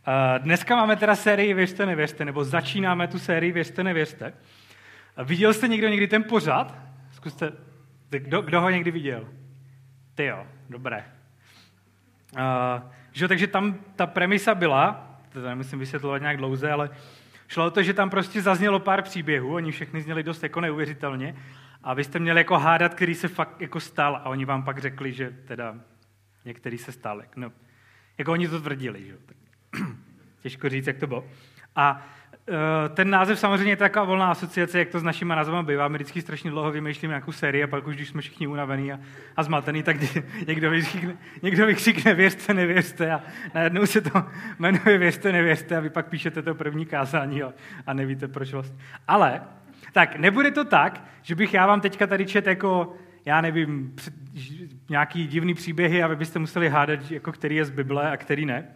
Dneska máme teda sérii Věřte, nevěřte, nebo začínáme tu sérii Věřte, nevěřte. Viděl jste někdo někdy ten pořad? Zkuste, kdo ho někdy viděl? Ty jo, dobré. Takže tam ta premisa byla, to nemusím vysvětlovat nějak dlouze, ale šlo o to, že tam prostě zaznělo pár příběhů, oni všechny zněli dost jako neuvěřitelně a vy jste měli jako hádat, který se fakt jako stal a oni vám pak řekli, že teda některý se stal. No, jako oni to tvrdili, že jo. Těžko říct, jak to bylo. A ten název samozřejmě je taková volná asociace, jak to s našimi názvama bývá. My vždycky strašně dlouho vymýšlíme nějakou sérii a pak už, když jsme všichni unavený a zmatený, tak někdo vykřikne věřte, nevěřte a najednou se to jmenuje věřte, nevěřte a vy pak píšete to první kázání a nevíte, proč vlastně. Ale tak nebude to tak, že bych já vám teďka tady čet jako, já nevím, nějaký divný příběhy a vy byste museli hádat, jako který je z Bible a který ne.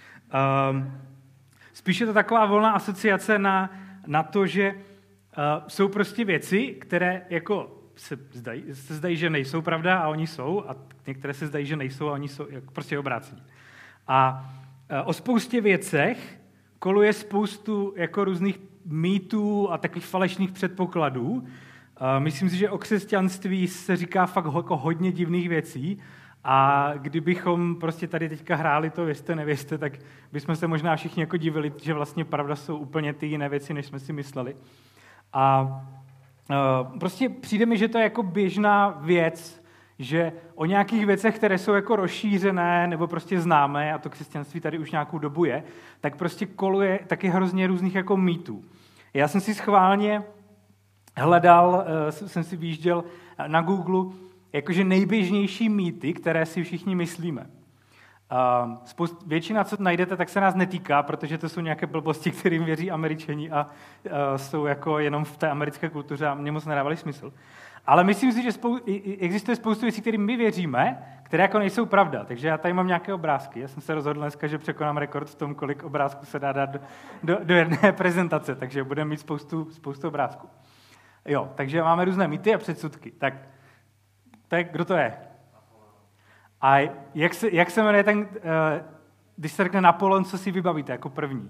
Spíš je to taková volná asociace na to, že jsou prostě věci, které jako se zdají, že nejsou pravda a oni jsou, a některé se zdají, že nejsou a oni jsou jako prostě obrácení. A o spoustě věcech koluje spoustu jako různých mýtů a takových falešných předpokladů. Myslím si, že o křesťanství se říká fakt jako hodně divných věcí, a kdybychom prostě tady teďka hráli to věřte, nevěřte, tak bychom se možná všichni jako divili, že vlastně pravda jsou úplně ty jiné věci, než jsme si mysleli. A prostě přijde mi, že to je jako běžná věc, že o nějakých věcech, které jsou jako rozšířené nebo prostě známé, a to křesťanství tady už nějakou dobu je, tak prostě koluje taky hrozně různých jako mýtů. Já jsem si schválně hledal, jsem si vyjížděl na Google, jakože nejběžnější mýty, které si všichni myslíme. Většina, co najdete, tak se nás netýká, protože to jsou nějaké blbosti, kterým věří Američani a jsou jako jenom v té americké kultuře a mě moc nedávaly smysl. Ale myslím si, že existuje spoustu věcí, kterým my věříme, které jako nejsou pravda. Takže já tady mám nějaké obrázky. Já jsem se rozhodl dneska, že překonám rekord v tom, kolik obrázků se dá dát do jedné prezentace, takže budeme mít spoustu obrázků. Jo, takže máme různé mýty a předsudky. Tak kdo to je? A jak se jmenuje ten, když se řekne Napoleon, co si vybavíte jako první?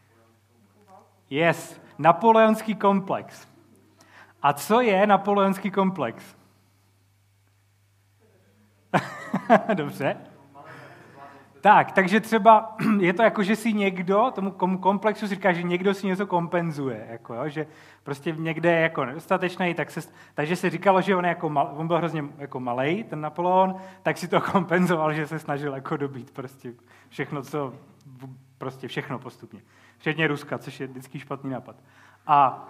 Yes, napoleonský komplex. A co je napoleonský komplex? Dobře. Tak, takže třeba je to jako, že si někdo, tomu komplexu si říká, že někdo si něco kompenzuje, jako, jo, že prostě někde je jako nedostatečný, takže se říkalo, že on byl hrozně jako malej, ten Napoleon, tak si to kompenzoval, že se snažil jako dobít prostě všechno postupně. Včetně Ruska, což je vždycky špatný nápad. A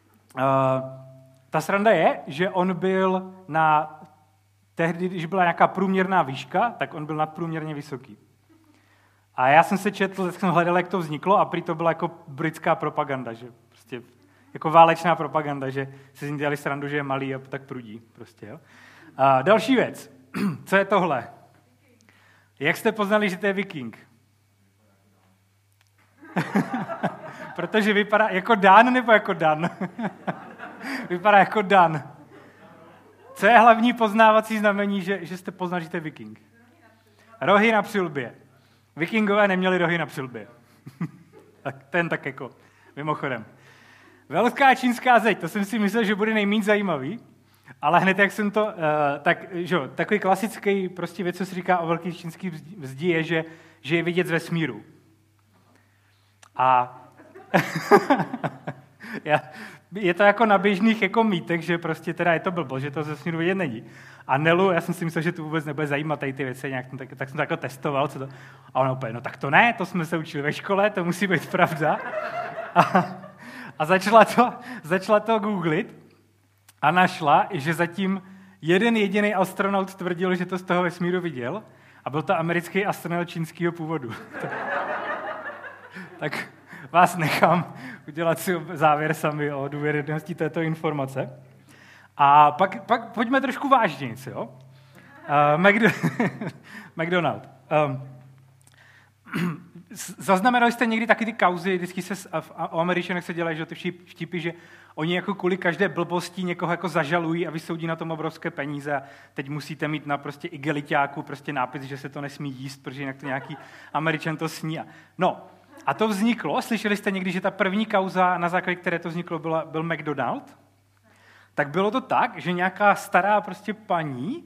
ta sranda je, že on byl tehdy, když byla nějaká průměrná výška, tak on byl nadprůměrně vysoký. A já jsem se četl, tak jsem hledal, jak to vzniklo a prý to byla jako britská propaganda, že prostě jako válečná propaganda, že se z ní dělali srandu, že je malý a tak prudí prostě, jo. A další věc. Co je tohle? Jak jste poznali, že to je viking? Protože vypadá jako Dan nebo jako Dan? Vypadá jako Dan. Co je hlavní poznávací znamení, že jste poznali, že to je viking? Rohy na přilbě. Vikingové neměli rohy na přilbě. Ten tak jako, mimochodem. Velká čínská zeď, to jsem si myslel, že bude nejméně zajímavý, ale hned jak jsem to, takový klasický prostě věc, co se říká o velký čínský zdi, je, že je vidět z vesmíru. A je to jako na běžných jako mýtech, že prostě teda je to blbo, že to ze vesmíru vidět není. A Nelu, já jsem si myslel, že to vůbec nebude zajímat tady ty věci, nějak, tak jsem to jako testoval, co to. A ona úplně, no tak to ne, to jsme se učili ve škole, to musí být pravda. A začala to googlit a našla, že zatím jeden jediný astronaut tvrdil, že to z toho vesmíru viděl a byl to americký astronaut čínského původu. Tak vás nechám udělat si závěr sami o důvěryhodnosti této informace. A pak pojďme trošku vážnějc, jo? McDonald. Zaznamenali jste někdy taky ty kauzy, vždycky o Američanech se dělají, že ty vtipy, že oni jako kvůli každé blbosti někoho jako zažalují a vysoudí na tom obrovské peníze a teď musíte mít na prostě igeliťáku prostě nápis, že se to nesmí jíst, protože jinak to nějaký Američan to sní. No, A to vzniklo, slyšeli jste někdy, že ta první kauza, na základě které to vzniklo, byl McDonald? Tak bylo to tak, že nějaká stará prostě paní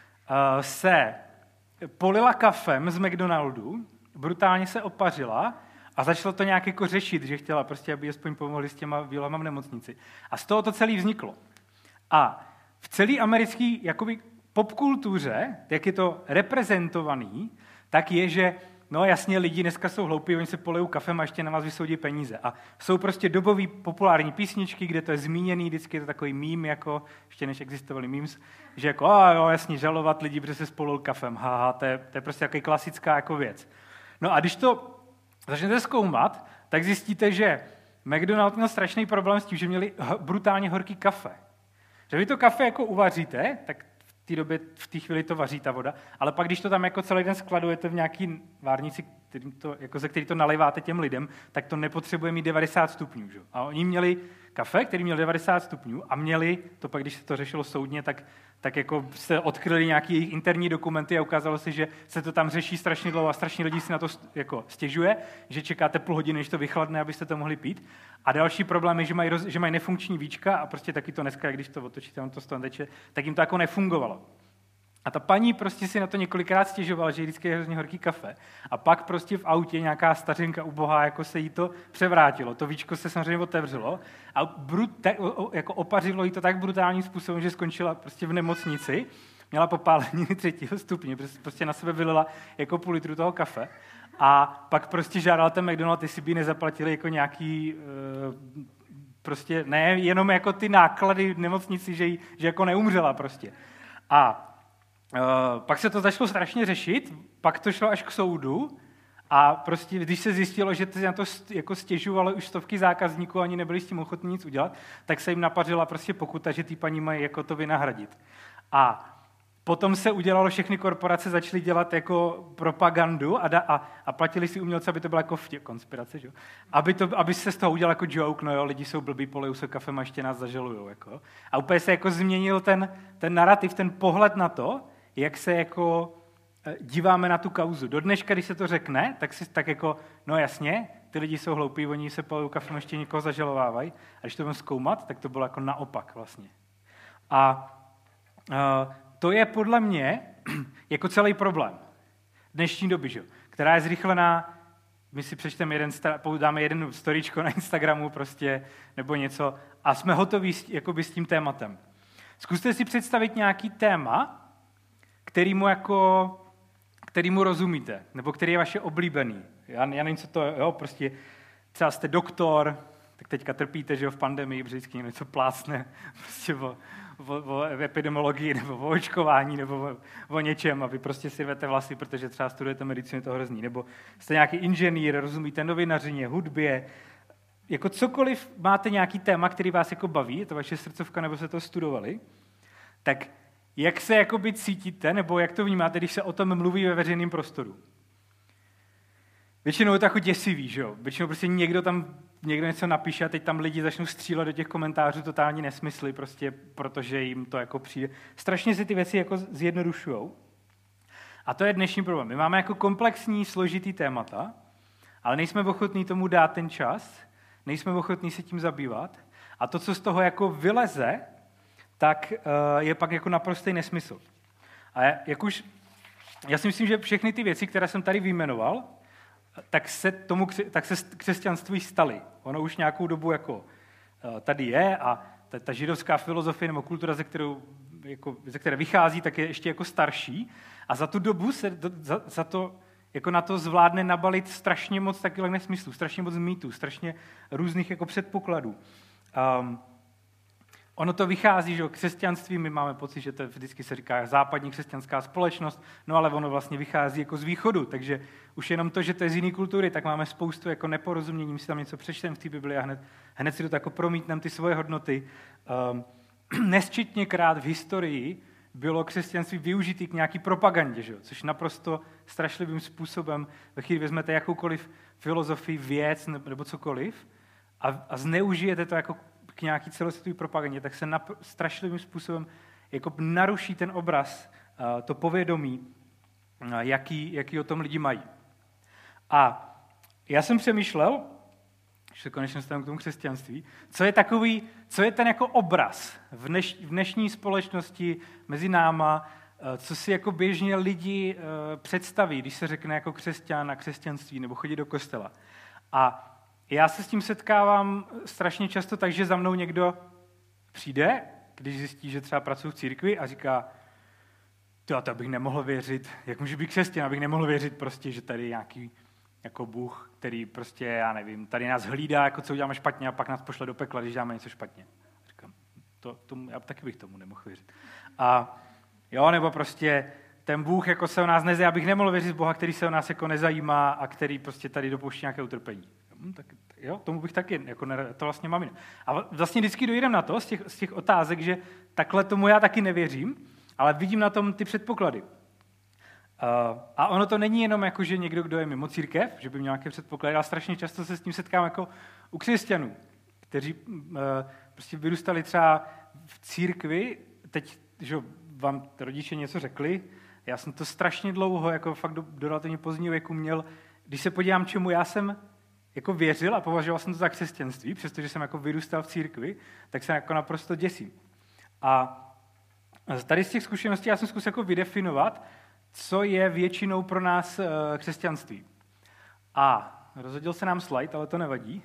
se polila kafem z McDonaldu, brutálně se opařila a začalo to nějak jako řešit, že chtěla prostě, aby aspoň pomohli s těma výlohama v nemocnici. A z toho to celé vzniklo. A v celé americké jakoby popkultuře, jak je to reprezentovaný, tak je, že no jasně, lidi dneska jsou hloupí, oni se polejou kafem a ještě na vás vysoudí peníze. A jsou prostě dobový populární písničky, kde to je zmíněný, vždycky je to takový mím, jako, ještě než existovaly memes, že jako, jo, jasně, žalovat lidi, protože se spolil kafem, haha, to je prostě takový klasická jako věc. No a když to začnete zkoumat, tak zjistíte, že McDonald měl strašný problém s tím, že měli brutálně horký kafe. Že vy to kafe jako uvaříte, tak v té době, v té chvíli to vaří ta voda, ale pak, když to tam jako celý den skladujete v nějaký várnici, ze který to naliváte těm lidem, tak to nepotřebuje mít 90 stupňů. Že? A oni měli kafe, který měl 90 stupňů a měli, to pak, když se to řešilo soudně, tak jako se odkryli nějaký jejich interní dokumenty a ukázalo se, že se to tam řeší strašně dlouho a strašně lidí si na to jako stěžuje, že čekáte půl hodiny, než to vychladne, abyste to mohli pít. A další problém je, že mají nefunkční víčka a prostě taky to dneska, když to otočíte, on to z toho teče, tak jim to jako nefungovalo. A ta paní prostě si na to několikrát stěžovala, že vždycky je hrozně horký kafe. A pak prostě v autě nějaká stařenka ubohá, jako se jí to převrátilo. To víčko se samozřejmě otevřelo a jako opařilo jí to tak brutálním způsobem, že skončila prostě v nemocnici. Měla popálení 3. stupně, prostě na sebe vylila jako půl litru toho kafe. A pak prostě žádal ten McDonald, jestli by nezaplatili jako nějaký prostě ne jenom jako ty náklady v nemocnici, že jako neumřela prostě. A pak se to začalo strašně řešit, pak to šlo až k soudu a prostě když se zjistilo, že na to jako stěžovalo už stovky zákazníků a oni nebyli s tím ochotní nic udělat, tak se jim napařila prostě pokuta, že ty paní mají jako to vynahradit. A potom se udělalo, všechny korporace začaly dělat jako propagandu a platili si umělce, aby to byla jako konspirace, že? Aby se z toho udělal jako joke, no jo, lidi jsou blbí, polejou se kafem a ještě nás zažalujou. Jako. A úplně se jako změnil ten narrativ, ten pohled na to, jak se jako díváme na tu kauzu. Do dneška, když se to řekne, tak jako, no jasně, ty lidi jsou hloupí, oni se polejou kafem, ještě někoho zažalovávají. A když to budeme zkoumat, tak to bylo jako naopak vlastně. A to je podle mě jako celý problém dnešní doby, že? Která je zrychlená, my si přečteme dáme jeden storíčko na Instagramu prostě, nebo něco a jsme hotoví jakoby s tím tématem. Zkuste si představit nějaký téma, kterýmu rozumíte, nebo který je vaše oblíbený. Já nevím, co to je, jo, prostě třeba jste doktor, tak teďka trpíte, že jo, v pandemii, vždycky něco plácne prostě o epidemiologii, nebo o očkování, nebo o něčem a vy prostě si rvete vlasy, protože třeba studujete medicínu, je to hrozný. Nebo jste nějaký inženýr, rozumíte novinařině, hudbě, jako cokoliv máte nějaký téma, který vás jako baví, je to vaše srdcovka, nebo se to studovali, tak jak se jakoby cítíte, nebo jak to vnímáte, když se o tom mluví ve veřejném prostoru? Většinou je to jako děsivý, že jo? Většinou prostě někdo něco napíše a teď tam lidi začnou střílet do těch komentářů totální nesmysly, prostě protože jim to jako přijde. Strašně si ty věci jako zjednodušujou. A to je dnešní problém. My máme jako komplexní, složitý témata, ale nejsme ochotní tomu dát ten čas, nejsme ochotní se tím zabývat a to, co z toho jako vyleze, tak je pak jako naprostý nesmysl. A já si myslím, že všechny ty věci, které jsem tady vyjmenoval, tak se křesťanství staly. Ono už nějakou dobu jako tady je a ta židovská filozofie nebo kultura, ze které vychází, tak je ještě jako starší. A za tu dobu se jako na to zvládne nabalit strašně moc takových nesmyslů, strašně moc mýtů, strašně různých jako předpokladů. Ono to vychází, že křesťanství, my máme pocit, že to vždycky se říká západní křesťanská společnost, no ale ono vlastně vychází jako z východu, takže už jenom to, že to je z jiné kultury, tak máme spoustu jako neporozumění, my si tam něco přečteme v té Bibli a hned si to tak jako promítneme ty svoje hodnoty. Nesčetněkrát v historii bylo křesťanství využitý k nějaký propagandě, že? Což naprosto strašlivým způsobem, ve chvíli vezmete jakoukoliv filozofii, věc nebo cokoliv a zneužijete to jako k nějaký celosvětové propagandě, tak se strašlivým způsobem jako naruší ten obraz, to povědomí, jaký o tom lidi mají. A já jsem přemýšlel, že se konečně dostanu k tomu křesťanství, co je ten jako obraz v dnešní společnosti mezi náma, co si jako běžně lidi představí, když se řekne jako křesťan a křesťanství nebo chodit do kostela. A já se s tím setkávám strašně často tak, že za mnou někdo přijde, když zjistí, že třeba pracuji v církvi a říká, to bych nemohl věřit, jak můžu být křesťan, abych nemohl věřit prostě, že tady je nějaký jako Bůh, který prostě, já nevím, tady nás hlídá, jako co uděláme špatně a pak nás pošle do pekla, když děláme něco špatně. Říkám, já taky bych tomu nemohl věřit. A jo, nebo prostě ten Bůh jako se o nás nezajímá, abych nemohl věřit v Boha, který se o nás jako nezajímá a který prostě tady dopouští nějaké utrpení. Tak jo, tomu bych taky, jako to vlastně mám jinak. A vlastně vždycky dojdem na to, z těch otázek, že takhle tomu já taky nevěřím, ale vidím na tom ty předpoklady. A ono to není jenom jako, že někdo, kdo je mimo církev, že by měl nějaké předpoklady, ale strašně často se s tím setkám jako u křesťanů, kteří prostě vyrůstali třeba v církvi, teď, že vám rodiče něco řekli, já jsem to strašně dlouho, jako fakt do relativně pozdního věku měl, když se podívám, čemu já jsem jako věřil a považoval jsem to za křesťanství, přestože jsem jako vyrůstal v církvi, tak se jako naprosto děsím. A tady z těch zkušeností já jsem zkusil jako vydefinovat, co je většinou pro nás křesťanství. A rozhodil se nám slide, ale to nevadí.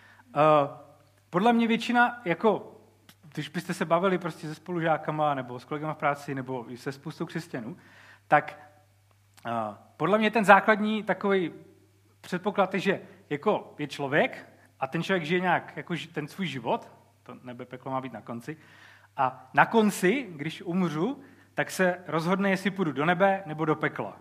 Podle mě většina, jako, když byste se bavili prostě se spolužákama, nebo s kolegama v práci, nebo se spoustou křesťanů, tak podle mě ten základní takový předpoklad je, že jako je člověk a ten člověk žije nějak jako ten svůj život, to nebe peklo má být na konci, a na konci, když umřu, tak se rozhodne, jestli půjdu do nebe nebo do pekla.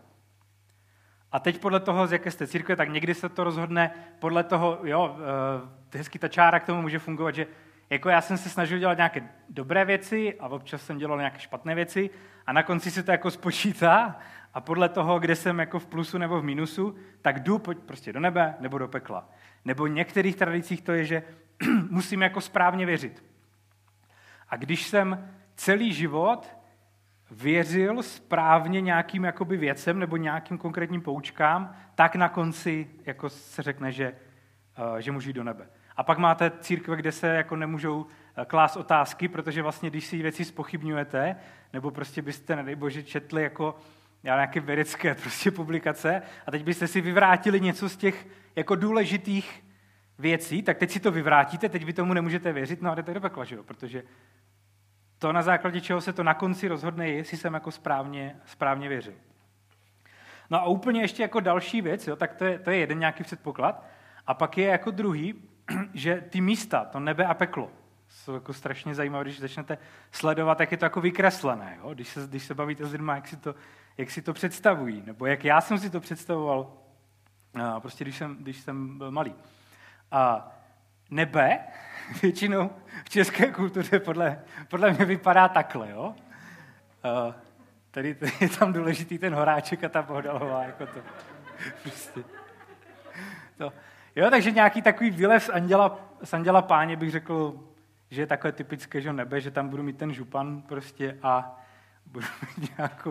A teď podle toho, z jaké jste církve, tak někdy se to rozhodne podle toho, jo, hezky ta čára k tomu může fungovat, že jako já jsem se snažil dělat nějaké dobré věci a občas jsem dělal nějaké špatné věci a na konci se to jako spočítá a podle toho, kde jsem jako v plusu nebo v minusu, tak jdu prostě do nebe nebo do pekla. Nebo v některých tradicích to je, že musím jako správně věřit. A když jsem celý život věřil správně nějakým jakoby věcem nebo nějakým konkrétním poučkám, tak na konci jako se řekne, že můžu jít do nebe. A pak máte církve, kde se jako nemůžou klást otázky, protože vlastně, když si věci zpochybňujete, nebo prostě byste, nedej bože, četli jako nějaké vědecké prostě publikace a teď byste si vyvrátili něco z těch jako důležitých věcí, tak teď si to vyvrátíte, teď vy tomu nemůžete věřit, no a jdete do pekla, že jo? Protože to, na základě čeho se to na konci rozhodne, jestli jsem jako správně věřil. No a úplně ještě jako další věc, jo, tak to je jeden nějaký předpoklad. A pak je jako druhý, že ty místa, to nebe a peklo, jsou jako strašně zajímavé, když začnete sledovat, jak je to jako vykreslené, jo? Když se bavíte s lidmi, jak si to představují, nebo jak já jsem si to představoval, prostě když jsem byl malý. A nebe většinou v české kultuře podle mě vypadá takhle, jo? Tady je tam důležitý ten horáček a ta Bohdalová, jako to. Prostě. To. Jo, takže nějaký takový výlev z anděla Páně bych řekl, že je takové typické, že nebe, že tam budu mít ten župan prostě a budu mít nějakou,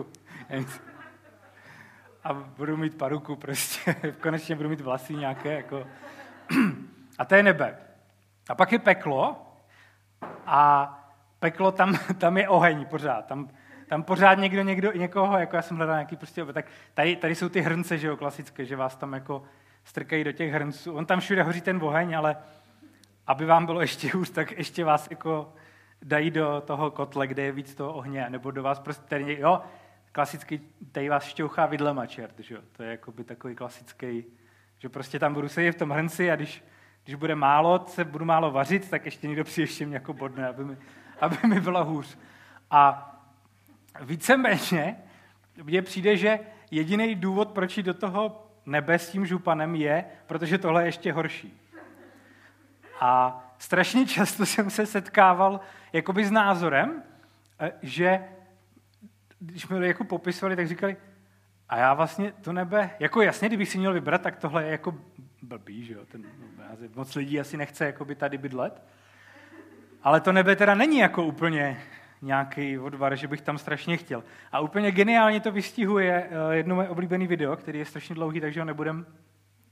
a budu mít paruku prostě, konečně budu mít vlasy nějaké, jako. A to je nebe. A pak je peklo a peklo tam je oheň pořád. Tam pořád někoho, jako já jsem hledal nějaký prostě, tak tady jsou ty hrnce, že jo, klasické, že vás tam jako strkají do těch hrnců. On tam všude hoří ten oheň, ale aby vám bylo ještě hůř, tak ještě vás jako dají do toho kotle, kde je víc toho ohně, nebo do vás prostě tady, jo, klasicky tady vás šťouchá vidlema čert, že jo. To je jakoby takový klasický, že prostě tam budu sedět v tom hrnci a když bude málo, budu málo vařit, tak ještě někdo přijde ještě mě jako bodne, aby mi bylo hůř. A víceméně mně přijde, že jediný důvod, proč jít do toho nebe s tím županem je, protože tohle je ještě horší. A strašně často jsem se setkával jakoby s názorem, že když mi jako popisovali, tak říkali, a já vlastně to nebe, jako jasně, kdybych si měl vybrat, tak tohle je jako blbý, že jo, moc lidí asi nechce jakoby tady bydlet, ale to nebe teda není jako úplně nějaký odvar, že bych tam strašně chtěl. A úplně geniálně to vystihuje jedno moje oblíbené video, který je strašně dlouhý, takže ho nebudem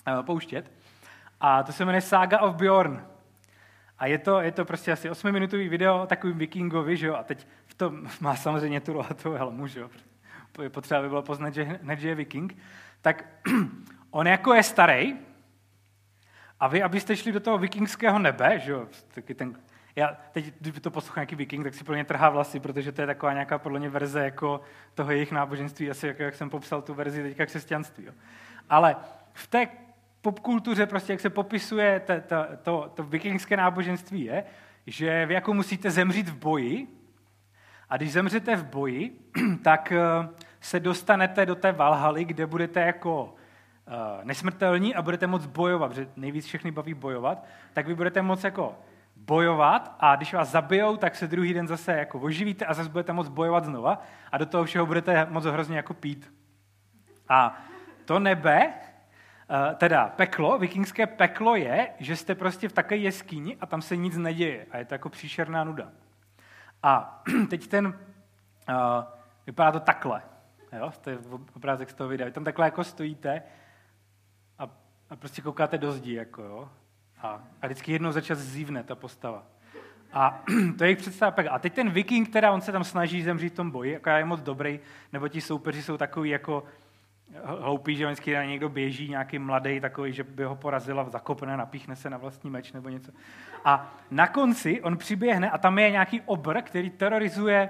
pouštět. A to se jmenuje Saga of Bjorn. A je to prostě asi 8-minutový video o takovým vikingovi, že jo, a teď v tom má samozřejmě tu rohatou helmu, že jo, potřeba by bylo poznat, že hned, že je viking, tak on jako je starý a vy, abyste šli do toho vikingského nebe, že jo, taky já teď, když to poslouchám nějaký viking, tak si pro ně trhá vlasy, protože to je taková nějaká podle mě verze jako toho jejich náboženství, asi jak jsem popsal tu verzi teďka křesťanství, jo. Ale v té popkultuře, prostě jak se popisuje to vikingské náboženství je, že vy jako musíte zemřít v boji a když zemřete v boji, tak se dostanete do té Valhaly, kde budete jako nesmrtelní a budete moct bojovat, protože nejvíc všechny baví bojovat, tak vy budete moct jako bojovat a když vás zabijou, tak se druhý den zase jako oživíte a zase budete moct bojovat znova a do toho všeho budete moc hrozně jako pít. A to nebe, teda peklo, vikingské peklo je, že jste prostě v takové jeskyni a tam se nic neděje a je to jako příšerná nuda. A teď vypadá to takhle, jo? To je obrázek z toho videa. Vy tam takhle jako stojíte a prostě koukáte do zdi, jako jo. A vždycky jednou za čas zívne ta postava. A to je jejich představa pekla. A teď ten viking, teda on se tam snaží zemřít v tom boji, jako je moc dobrý, nebo ti soupeři jsou takový jako hloupý, že vždycky někdo běží, nějaký mladý takový, že by ho porazila, zakopne, napíchne se na vlastní meč nebo něco. A na konci on přiběhne a tam je nějaký obr, který terorizuje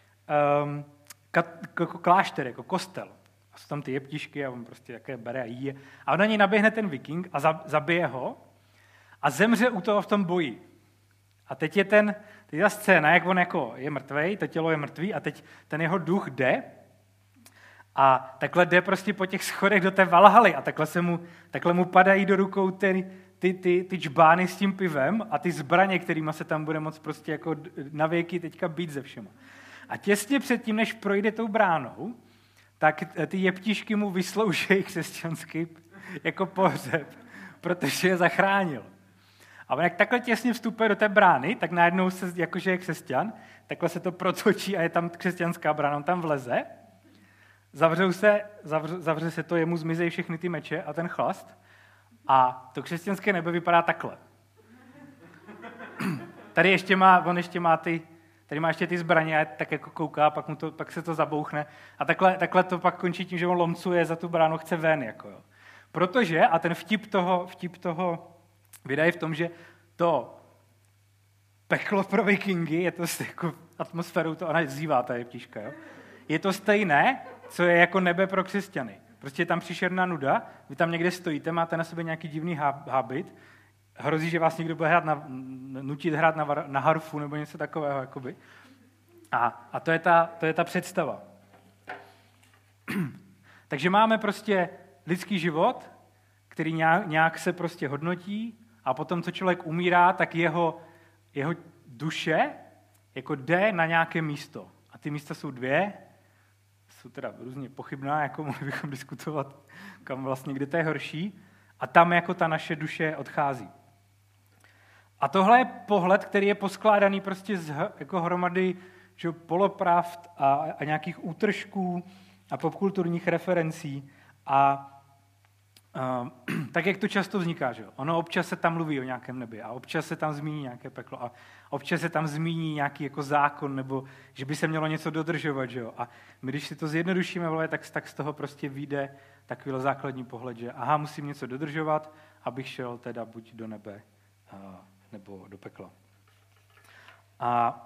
klášter, jako kostel. A jsou tam ty jeptišky a on prostě jaké bere a jí. A on na něj naběhne ten viking a zabije ho a zemře u toho v tom boji. A teď je ta scéna, jak on jako je mrtvej, to tělo je mrtvý a teď ten jeho duch jde a takhle jde prostě po těch schodech do té Valhaly a takhle mu padají do rukou ty čbány s tím pivem a ty zbraně, kterýma se tam bude moct prostě jako na věky teďka být ze všema. A těsně předtím, než projde tou bránou, tak ty jeptišky mu vysloužejí křesťanský jako pohřeb, protože je zachránil. A on jak takhle těsně vstupuje do té brány, tak najednou se, jakože je křesťan, takhle se to protočí a je tam křesťanská brána, on tam vleze, zavře se to, jemu zmizejí všechny ty meče a ten chlast a to křesťanské nebe vypadá takhle. Tady ještě má ještě ty zbraně a tak jako kouká, pak se to zabouchne a takhle to pak končí tím, že on lomcuje za tu bránu, chce ven. Jako jo. Protože, a ten vtip toho videa je v tom, že to peklo pro vikingy, je to jako atmosférou, to ona zývá ta jeptiška, jo. Je to stejné, co je jako nebe pro křesťany. Prostě je tam příšerná nuda, vy tam někde stojíte, máte na sobě nějaký divný habit, hrozí, že vás někdo bude nutit hrát na harfu nebo něco takového. Jakoby. A to je ta představa. Takže máme prostě lidský život, který nějak se prostě hodnotí a potom, co člověk umírá, tak jeho duše jako jde na nějaké místo. A ty místa jsou dvě, jsou teda různě pochybná, jako mohli bychom diskutovat, kam vlastně, kde to je horší. A tam jako ta naše duše odchází. A tohle je pohled, který je poskládaný prostě z jako hromady polopravd a nějakých útržků a popkulturních referencí. A tak, jak to často vzniká, že jo? Ono občas se tam mluví o nějakém nebi a občas se tam zmíní nějaké peklo a občas se tam zmíní nějaký jako zákon nebo že by se mělo něco dodržovat, že jo? A my, když si to zjednodušíme, tak z toho prostě vyjde takový základní pohled, že aha, musím něco dodržovat, abych šel teda buď do nebe nebo do pekla. A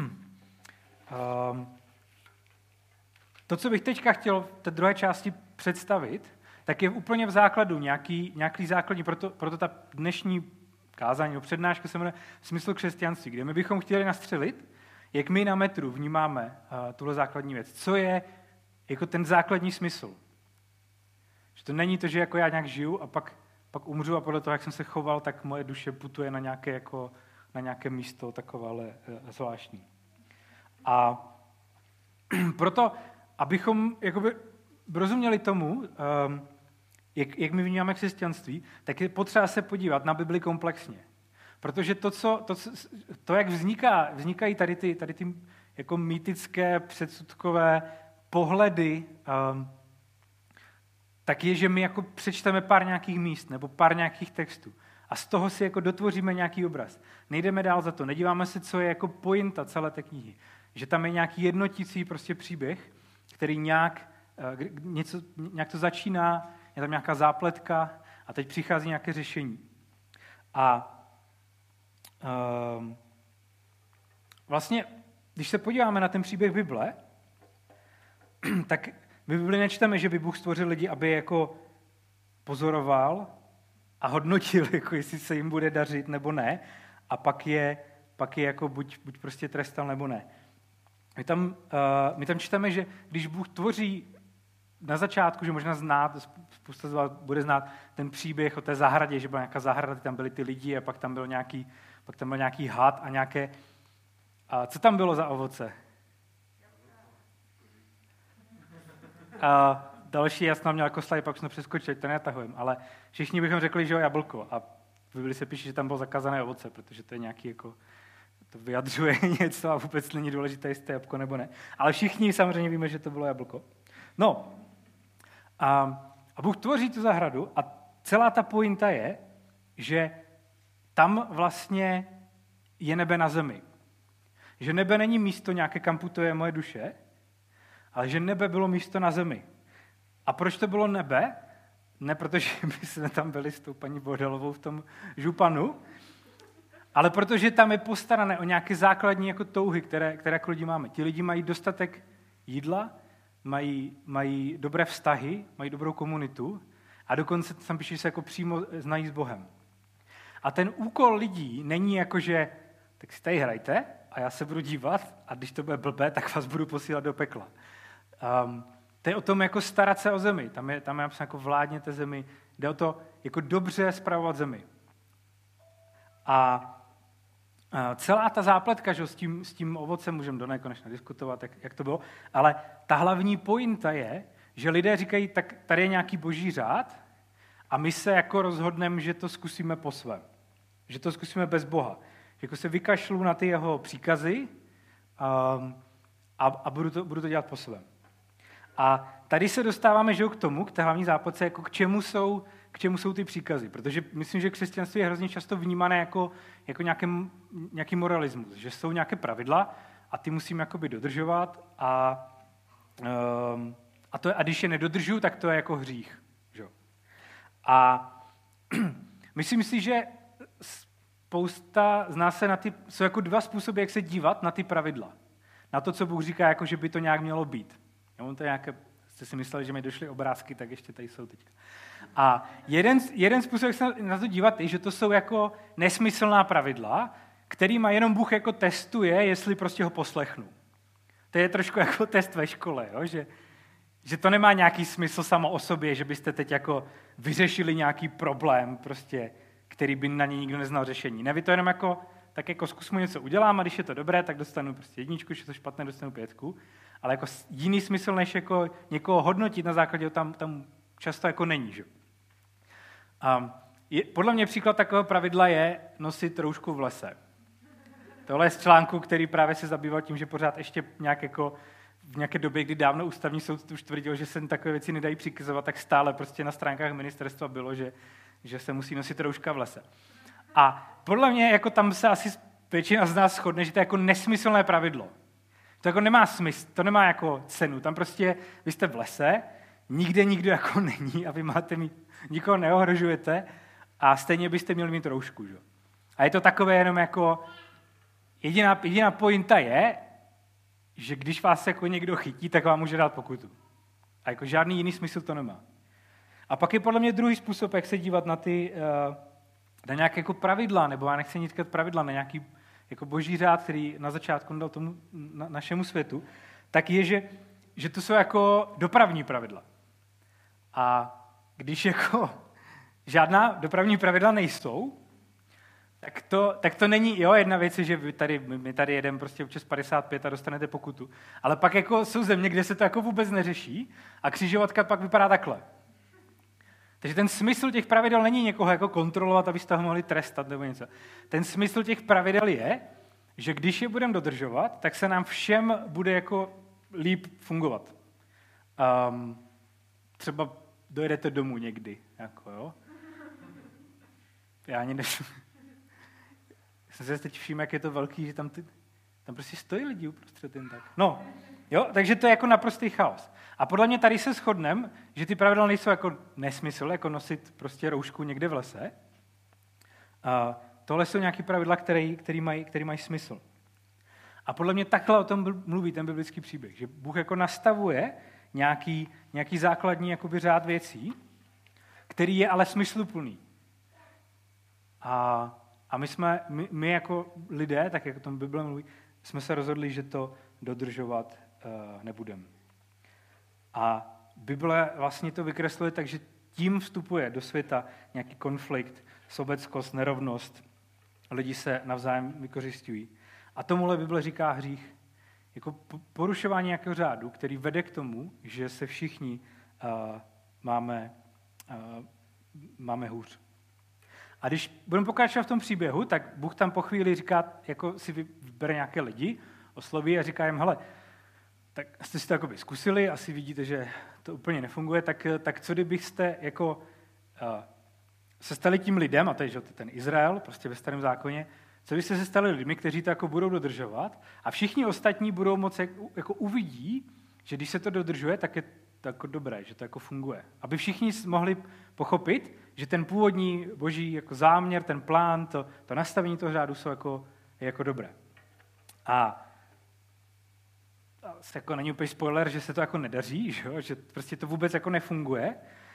to, co bych teďka chtěl v té druhé části představit, tak je úplně v základu nějaký základní, proto ta dnešní kázání, přednáška se jmenuje Smysl křesťanství, kde my bychom chtěli nastřelit, jak my na metru vnímáme tuhle základní věc. Co je jako ten základní smysl? Že to není to, že jako já nějak žiju a pak umřu a podle toho, jak jsem se choval, tak moje duše putuje na nějaké místo takovéhle zvláštní. A proto, abychom jakoby rozuměli tomu, jak my vnímáme křesťanství, tak je potřeba se podívat na Bibli komplexně. Protože to jak vznikají tady ty jako mýtické, předsudkové pohledy tak je, že my jako přečteme pár nějakých míst nebo pár nějakých textů a z toho si jako dotvoříme nějaký obraz. Nejdeme dál za to, nedíváme se, co je jako pointa celé té knihy. Že tam je nějaký jednotící prostě příběh, který nějak to začíná, je tam nějaká zápletka a teď přichází nějaké řešení. A vlastně, když se podíváme na ten příběh Bible, tak v Bibli nečteme, že by Bůh stvořil lidi, aby jako pozoroval a hodnotil, jako jestli se jim bude dařit nebo ne, a pak je jako buď prostě trestal nebo ne. My tam čteme, že když Bůh tvoří na začátku, že možná spousta z vás bude znát ten příběh o té zahradě, že byla nějaká zahrada, tam byly ty lidi a pak tam byl nějaký had a nějaké... A co tam bylo za ovoce? A další, já jsem měl jako slide, pak jsme přeskočili, to neatahujeme, ale všichni bychom řekli, že jo, jablko. A v Bibli se píše, že tam bylo zakázané ovoce, protože to je nějaký jako... To vyjadřuje něco a vůbec není důležité, jestli to je jablko nebo ne. Ale všichni samozřejmě víme, že to bylo jablko. No, a Bůh tvoří tu zahradu a celá ta pointa je, že tam vlastně je nebe na zemi. Že nebe není místo nějaké, kam putuje moje duše, ale že nebe bylo místo na zemi. A proč to bylo nebe? Ne protože by jsme tam byli s tou paní Bohdalovou v tom županu, ale protože tam je postarané o nějaké základní jako touhy, které jako lidi máme. Ti lidi mají dostatek jídla, mají dobré vztahy, mají dobrou komunitu a dokonce tam píše, že se jako přímo znají s Bohem. A ten úkol lidí není jako, že tak si tady hrajte a já se budu dívat a když to bude blbé, tak vás budu posílat do pekla. To je o tom jako starat se o zemi. Tam je napsáno jako vládněte zemi. Jde o to jako dobře spravovat zemi. A celá ta zápletka, že s tím ovocem můžeme do nekonečna diskutovat, jak to bylo, ale ta hlavní pointa je, že lidé říkají, tak tady je nějaký boží řád a my se jako rozhodneme, že to zkusíme po svém. Že to zkusíme bez Boha. Že jako se vykašlu na ty jeho příkazy a budu to dělat po svém. A tady se dostáváme že k tomu, k té hlavní zápletce, jako k čemu jsou ty příkazy. Protože myslím, že křesťanství je hrozně často vnímané jako nějaký moralismus. Že jsou nějaké pravidla a ty musím jakoby dodržovat a když je nedodržuju, tak to je jako hřích. Že? A myslím si, že spousta z nás jsou jako dva způsoby, jak se dívat na ty pravidla. Na to, co Bůh říká, jako že by to nějak mělo být. To je nějaké, jste si mysleli, že mi došly obrázky, tak ještě tady jsou teď. A jeden způsob, jak se na to dívat, je, že to jsou jako nesmyslná pravidla, kterýma jenom Bůh jako testuje, jestli prostě ho poslechnu. To je trošku jako test ve škole, jo? Že to nemá nějaký smysl samo o sobě, že byste teď jako vyřešili nějaký problém, prostě, který by na něj nikdo neznal řešení. Ne, vy to jenom jako, tak jako zkusmu něco udělám a když je to dobré, tak dostanu prostě 1, když je to špatné, dostanu 5. Ale jako jiný smysl, než jako někoho hodnotit na základě, tam často jako není. Že? Podle mě příklad takového pravidla je nosit roušku v lese. Tohle je z článku, který právě se zabýval tím, že pořád ještě nějak jako v nějaké době, kdy dávno ústavní soud už tvrdil, že se takové věci nedají přikazovat, tak stále prostě na stránkách ministerstva bylo, že se musí nosit rouška v lese. A podle mě jako tam se asi většina z nás shodne, že to je jako nesmyslné pravidlo. To jako nemá smysl, to nemá jako cenu. Tam prostě vy jste v lese, nikde nikdo jako není a vy nikoho neohrožujete a stejně byste měli mít roušku. Že? A je to takové jenom jako, jediná pointa je, že když vás jako někdo chytí, tak vám může dát pokutu. A jako žádný jiný smysl to nemá. A pak je podle mě druhý způsob, jak se dívat na nějaké jako pravidla, nebo já nechci říkat pravidla, na nějaký jako boží řád, který na začátku dal tomu našemu světu, tak je, že to jsou jako dopravní pravidla. A když jako žádná dopravní pravidla nejsou, tak to není, jo, jedna věc je, že my tady jedeme prostě občas 55 a dostanete pokutu, ale pak jako jsou země, kde se to jako vůbec neřeší a křižovatka pak vypadá takhle. Takže ten smysl těch pravidel není někoho jako kontrolovat, abyste ho mohli trestat nebo něco. Ten smysl těch pravidel je, že když je budeme dodržovat, tak se nám všem bude jako líp fungovat. Třeba dojedete domů někdy. Jako, jo? Já ani jsem se teď všiml, jak je to velký, že tam prostě stojí lidi uprostřed jen tak. No, jo, takže to je jako naprostý chaos. A podle mě tady se shodneme, že ty pravidla nejsou jako nesmysl, jako nosit prostě roušku někde v lese. A tohle jsou nějaké pravidla, které mají smysl. A podle mě takhle o tom mluví ten biblický příběh, že Bůh jako nastavuje nějaký základní jakoby řád věcí, který je ale smysluplný. A my jako lidé, tak jak o tom Bible mluví, jsme se rozhodli, že to dodržovat nebudeme. A Bible vlastně to vykresluje tak, že tím vstupuje do světa nějaký konflikt, sobeckost, nerovnost, lidi se navzájem vykořisťují. A tomuhle Bible říká hřích. Jako porušování nějakého řádu, který vede k tomu, že se všichni máme hůř. A když budeme pokračovat v tom příběhu, tak Bůh tam po chvíli říká, jako si vybere nějaké lidi, osloví a říká jim, hele, tak jste si to jako zkusili, asi vidíte, že to úplně nefunguje, tak co kdybyste jako se stali tím lidem, a to je že ten Izrael, prostě ve Starém zákoně, co byste se stali lidmi, kteří to jako budou dodržovat a všichni ostatní budou moci jako uvidí, že když se to dodržuje, tak je to jako dobré, že to jako funguje. Aby všichni mohli pochopit, že ten původní boží jako záměr, ten plán, to nastavení toho řádu jsou jako dobré. A jako není úplně spoiler, že se to jako nedaří, že prostě to vůbec jako nefunguje.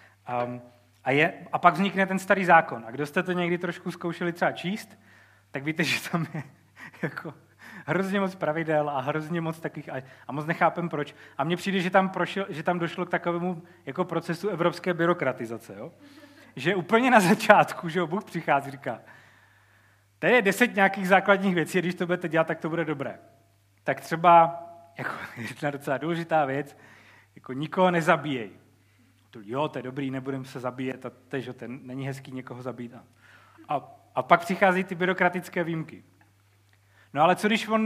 A pak vznikne ten starý zákon. A kdo jste to někdy trošku zkoušeli třeba číst, tak víte, že tam je jako hrozně moc pravidel a hrozně moc takových, a moc nechápem proč. A mně přijde, že tam došlo k takovému jako procesu evropské byrokratizace. Jo? Že úplně na začátku, že Bůh přichází, říká, tady je 10 nějakých základních věcí, když to budete dělat, tak to bude dobré. Tak třeba, jako jedna docela důležitá věc, jako nikoho nezabíjej. Jo, to je dobrý, nebudeme se zabíjet, a to není hezký někoho zabít. A pak přichází ty byrokratické výjimky. No ale co když on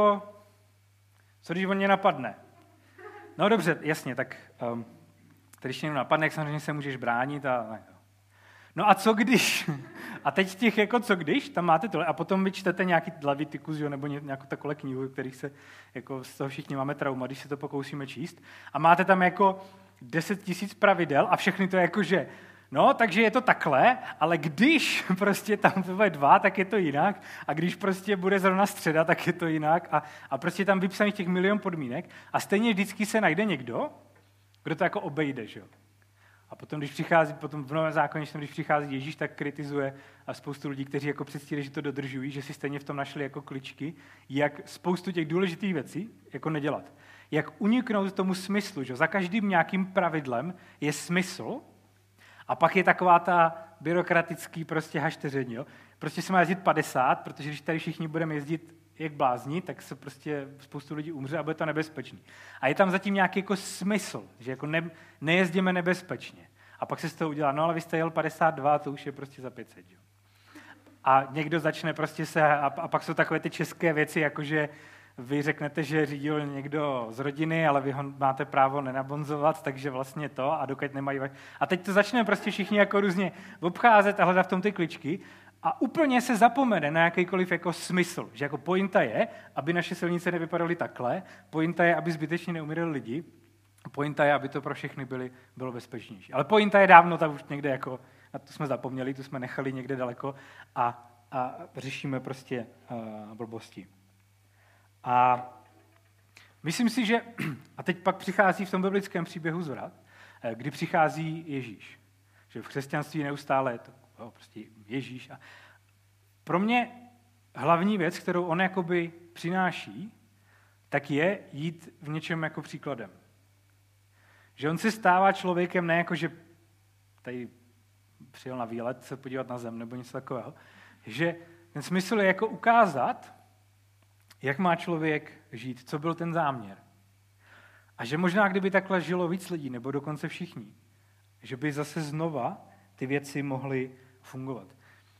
mě napadne? No dobře, jasně, tak když mě napadne, jak samozřejmě se můžeš bránit. No a co když? A teď těch jako co když, tam máte tohle. A potom vy čtete nějaký Levitikus, nebo nějakou takovou knihu, kterých se jako z toho všichni máme trauma, když se to pokoušíme číst. A máte tam jako 10 000 pravidel a všechny to jako, že no, takže je to takhle, ale když prostě tam to bude 2, tak je to jinak. A když prostě bude zrovna středa, tak je to jinak. A prostě tam vypsaných těch milion podmínek. A stejně vždycky se najde někdo, kdo to jako obejde, že jo. A potom, potom v Novém zákoně, když přichází Ježíš, tak kritizuje a spoustu lidí, kteří jako předstírají, že to dodržují, že si stejně v tom našli jako kličky, jak spoustu těch důležitých věcí jako nedělat. Jak uniknout tomu smyslu, že za každým nějakým pravidlem je smysl, a pak je taková ta byrokratický prostě hašteření. Jo? Prostě se má jezdit 50, protože když tady všichni budeme jezdit jak blázni, tak se prostě spoustu lidí umře a bude to nebezpečný. A je tam zatím nějaký jako smysl, že jako nejezdíme nebezpečně. A pak se z toho udělá, no ale vy jste jel 52, to už je prostě za 500. Jo? A někdo začne prostě a pak jsou takové ty české věci, jakože vy řeknete, že řídil někdo z rodiny, ale vy ho máte právo nenabonzovat, takže vlastně to, a dokud nemají... A teď to začneme prostě všichni jako různě obcházet a hledat v tom ty kličky a úplně se zapomene na jakýkoliv jako smysl, že jako pointa je, aby naše silnice nevypadaly takhle, pointa je, aby zbytečně neumírali lidi, pointa je, aby to pro všechny bylo bezpečnější. Ale pointa je dávno tam už někde jako, na to jsme zapomněli, tu jsme nechali někde daleko a řešíme prostě blbosti. A myslím si, že, a teď pak přichází v tom biblickém příběhu zvrat, kdy přichází Ježíš. Že v křesťanství neustále je to prostě Ježíš. A pro mě hlavní věc, kterou on jakoby přináší, tak je jít v něčem jako příkladem. Že on se stává člověkem ne jako, že tady přijel na výlet se podívat na zem nebo něco takového, že ten smysl je jako ukázat, jak má člověk žít, co byl ten záměr. A že možná, kdyby takhle žilo víc lidí, nebo dokonce všichni, že by zase znova ty věci mohly fungovat.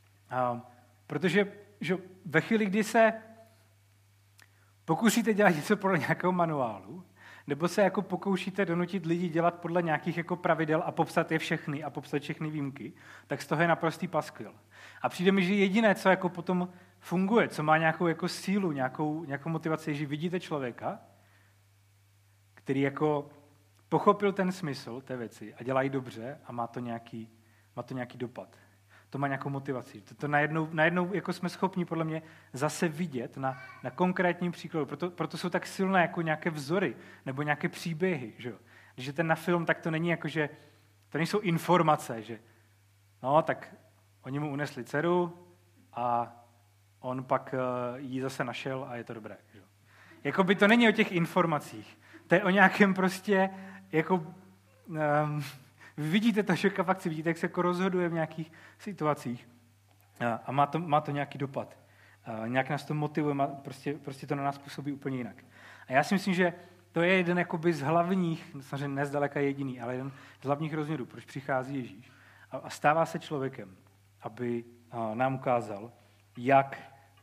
Protože že ve chvíli, kdy se pokusíte dělat něco podle nějakého manuálu, nebo se jako pokoušíte donutit lidi dělat podle nějakých jako pravidel a popsat je všechny a popsat všechny výjimky, tak z toho je naprostý paskvil. A přijde mi, že jediné, co jako potom funguje, co má nějakou jako sílu, nějakou motivaci, je, že vidíte člověka, který jako pochopil ten smysl té věci a dělá ji dobře a má to nějaký dopad. To má nějakou motivaci. To najednou jako jsme schopni podle mě zase vidět na konkrétním příkladu. Proto jsou tak silné jako nějaké vzory nebo nějaké příběhy. Že? Když jdete na film, tak to není jako, že to nejsou informace, že no, tak oni mu unesli dceru a on pak ji zase našel a je to dobré. Že? Jakoby to není o těch informacích. To je o nějakém prostě jako... Vy vidíte to, že fakt si vidíte, jak se jako rozhoduje v nějakých situacích a má to nějaký dopad. Nějak nás to motivuje, prostě to na nás působí úplně jinak. A já si myslím, že to je jeden jakoby z hlavních, samozřejmě nezdaleka jediný, ale jeden z hlavních rozměrů, proč přichází Ježíš a stává se člověkem, aby nám ukázal, jak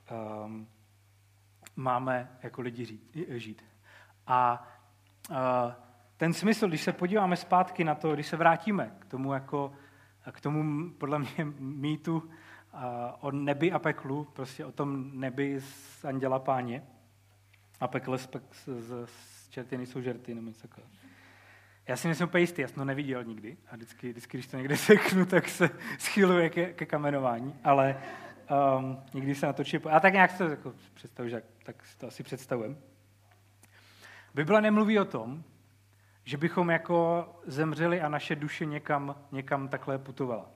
máme jako lidi žít. A ten smysl, když se podíváme zpátky na to, když se vrátíme k tomu podle mě mýtu o nebi a peklu, prostě o tom nebi z Anděla Páně a pekle z čerty nejsou žerty, nebo něco takového. Já si nejsem úplně jistý, já jsem to neviděl nikdy a vždycky, když to někde seknu, tak se schyluje ke kamenování, ale nikdy se natočí. A tak nějak to jako představuji, tak si to asi představujeme. Bible nemluví o tom, že bychom jako zemřeli a naše duše někam takhle putovala.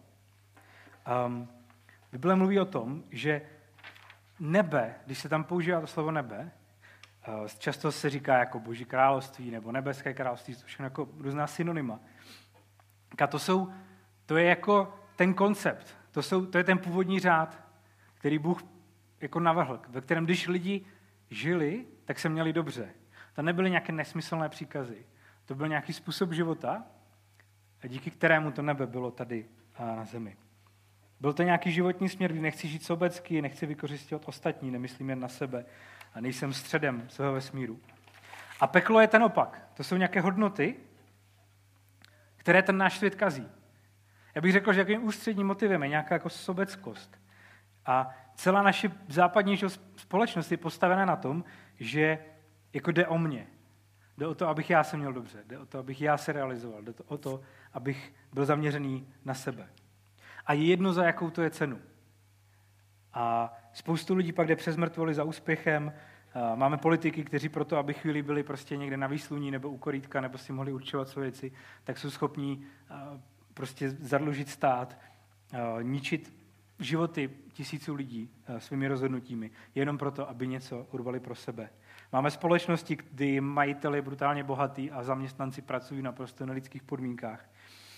Bible mluví o tom, že nebe, když se tam používá to slovo nebe, často se říká jako Boží království nebo nebeské království, to všechno jako různá synonyma. A to je jako ten koncept, to je ten původní řád, který Bůh jako navrhl, ve kterém když lidi žili, tak se měli dobře. To nebyly nějaké nesmyslné příkazy. To byl nějaký způsob života, díky kterému to nebe bylo tady na zemi. Byl to nějaký životní směr, kdy nechci žít sobecky, nechci vykořistit ostatní, nemyslím jen na sebe a nejsem středem svého vesmíru. A peklo je ten opak. To jsou nějaké hodnoty, které ten náš svět kazí. Já bych řekl, že jakým ústředním motivem je nějaká jako sobeckost. A celá naše západní společnost je postavená na tom, že jako jde o mě. Jde o to, abych já se měl dobře. Jde o to, abych já se realizoval. Jde o to, abych byl zaměřený na sebe. A je jedno, za jakou to je cenu. A spoustu lidí pak jde přes mrtvoly za úspěchem. Máme politiky, kteří proto, aby chvíli byli prostě někde na výsluní nebo u korítka, nebo si mohli určovat své věci, tak jsou schopní prostě zadlužit stát, ničit životy tisíců lidí svými rozhodnutími, jenom proto, aby něco urvali pro sebe. Máme společnosti, kdy majitel je brutálně bohatý a zaměstnanci pracují naprosto na lidských podmínkách.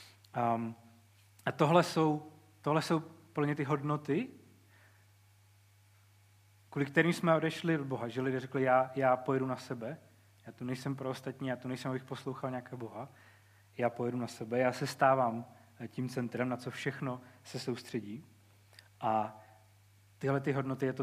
A tohle jsou plně ty hodnoty, kvůli kterým jsme odešli od Boha, že lidé řekli, já pojedu na sebe, já tu nejsem pro ostatní, já tu nejsem, abych poslouchal nějakého Boha, já pojedu na sebe, já se stávám tím centrem, na co všechno se soustředí. A tyhle ty hodnoty je to,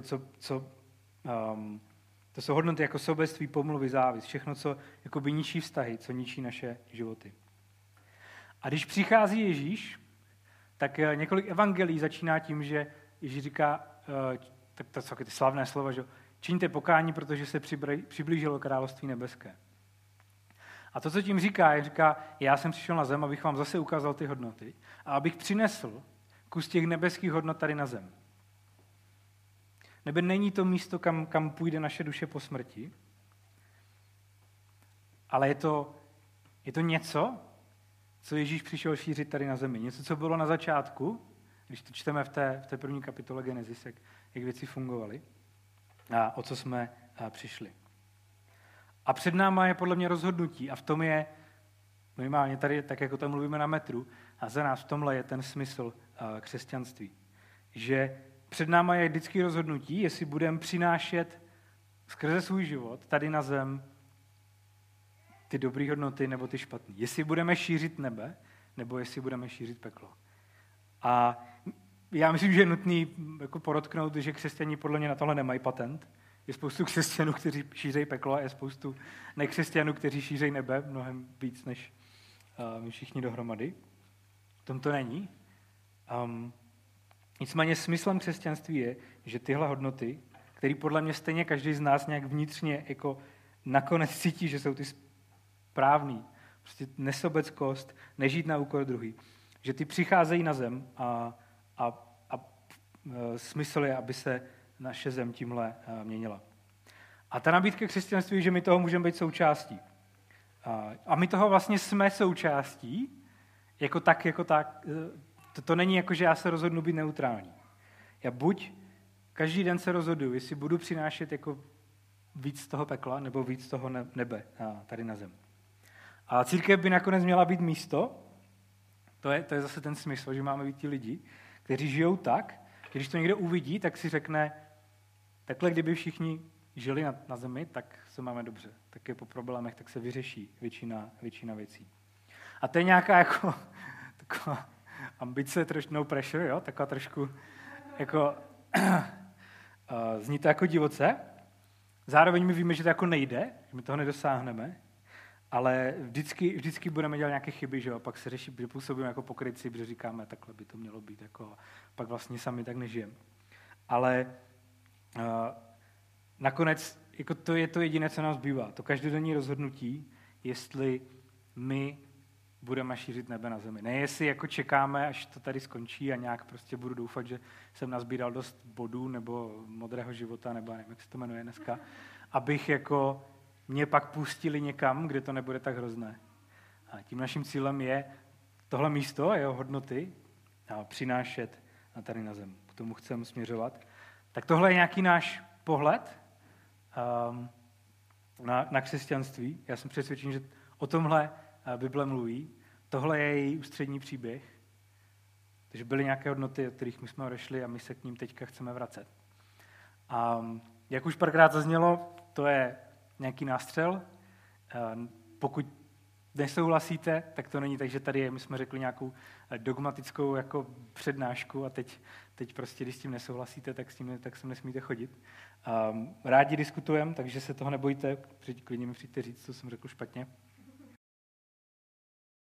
to jsou hodnoty jako sobectví, pomluvy, závist, všechno, co jakoby ničí vztahy, co ničí naše životy. A když přichází Ježíš, tak několik evangelií začíná tím, že Ježíš říká, tak to jsou ty slavné slova, že čiňte pokání, protože se přiblížilo království nebeské. A to, co tím říká, já jsem přišel na zem, abych vám zase ukázal ty hodnoty a abych přinesl kus těch nebeských hodnot tady na zem. Nebe není to místo, kam půjde naše duše po smrti, ale je to něco, co Ježíš přišel šířit tady na zemi. Něco, co bylo na začátku, když to čteme v té první kapitole Genesis, jak věci fungovaly a o co jsme přišli. A před náma je podle mě rozhodnutí a v tom je, minimálně tady, tak jako tam mluvíme na metru, a za nás v tomhle je ten smysl křesťanství. Že před náma je vždycky rozhodnutí, jestli budeme přinášet skrze svůj život tady na zem ty dobré hodnoty nebo ty špatné. Jestli budeme šířit nebe, nebo jestli budeme šířit peklo. A já myslím, že je nutný jako podotknout, že křesťané podle mě na tohle nemají patent, je spoustu křesťanů, kteří šířejí peklo a je spoustu nekřesťanů, kteří šířejí nebe, mnohem víc než my všichni dohromady. V tom to není. Nicméně smyslem křesťanství je, že tyhle hodnoty, které podle mě stejně každý z nás nějak vnitřně jako nakonec cítí, že jsou ty správný, prostě nesobeckost, nežít na úkor druhý, že ty přicházejí na zem a smysl je, aby se naše zem tímhle měnila. A ta nabídka křesťanství je, že my toho můžeme být součástí. A my toho vlastně jsme součástí, jako tak. To není jako, že já se rozhodnu být neutrální. Já buď každý den se rozhoduju, jestli budu přinášet jako víc z toho pekla, nebo víc z toho nebe tady na zem. A církev by nakonec měla být místo, to je zase ten smysl, že máme být ti lidi, kteří žijou tak, že když to někdo uvidí, tak si řekne, takhle kdyby všichni žili na zemi, tak se máme dobře. Tak je po problémech, tak se vyřeší většina věcí. A to je nějaká jako taková ambice, trošku no pressure, jo? Taková trošku jako zní to jako divoce. Zároveň my víme, že to jako nejde, že my toho nedosáhneme, ale vždycky budeme dělat nějaké chyby, že jo? Pak se řeší, že působíme jako pokrytci, protože říkáme, takhle by to mělo být, jako, pak vlastně sami tak nežijeme. Ale nakonec jako to je to jediné, co nám zbývá. To každodenní rozhodnutí, jestli my budeme šířit nebe na zemi. Ne, jestli jako čekáme, až to tady skončí a nějak prostě budu doufat, že jsem nazbíral dost bodů nebo modrého života, nebo nevím, jak se to jmenuje dneska, abych jako mě pak pustili někam, kde to nebude tak hrozné. A tím naším cílem je tohle místo a jeho hodnoty přinášet tady na zem. K tomu chceme směřovat. Tak tohle je nějaký náš pohled na křesťanství. Já jsem přesvědčen, že o tomhle Bible mluví. Tohle je její ústřední příběh. Takže byly nějaké hodnoty, od kterých my jsme odešli a my se k ním teďka chceme vracet. A jak už párkrát zaznělo, to je nějaký nástřel. Pokud nesouhlasíte, tak to není tak, že tady je, my jsme řekli nějakou dogmatickou jako přednášku a teď prostě, když s tím nesouhlasíte, tak sem nesmíte chodit. Rádi diskutujeme, takže se toho nebojte, klidně mi přijďte říct, co jsem řekl špatně.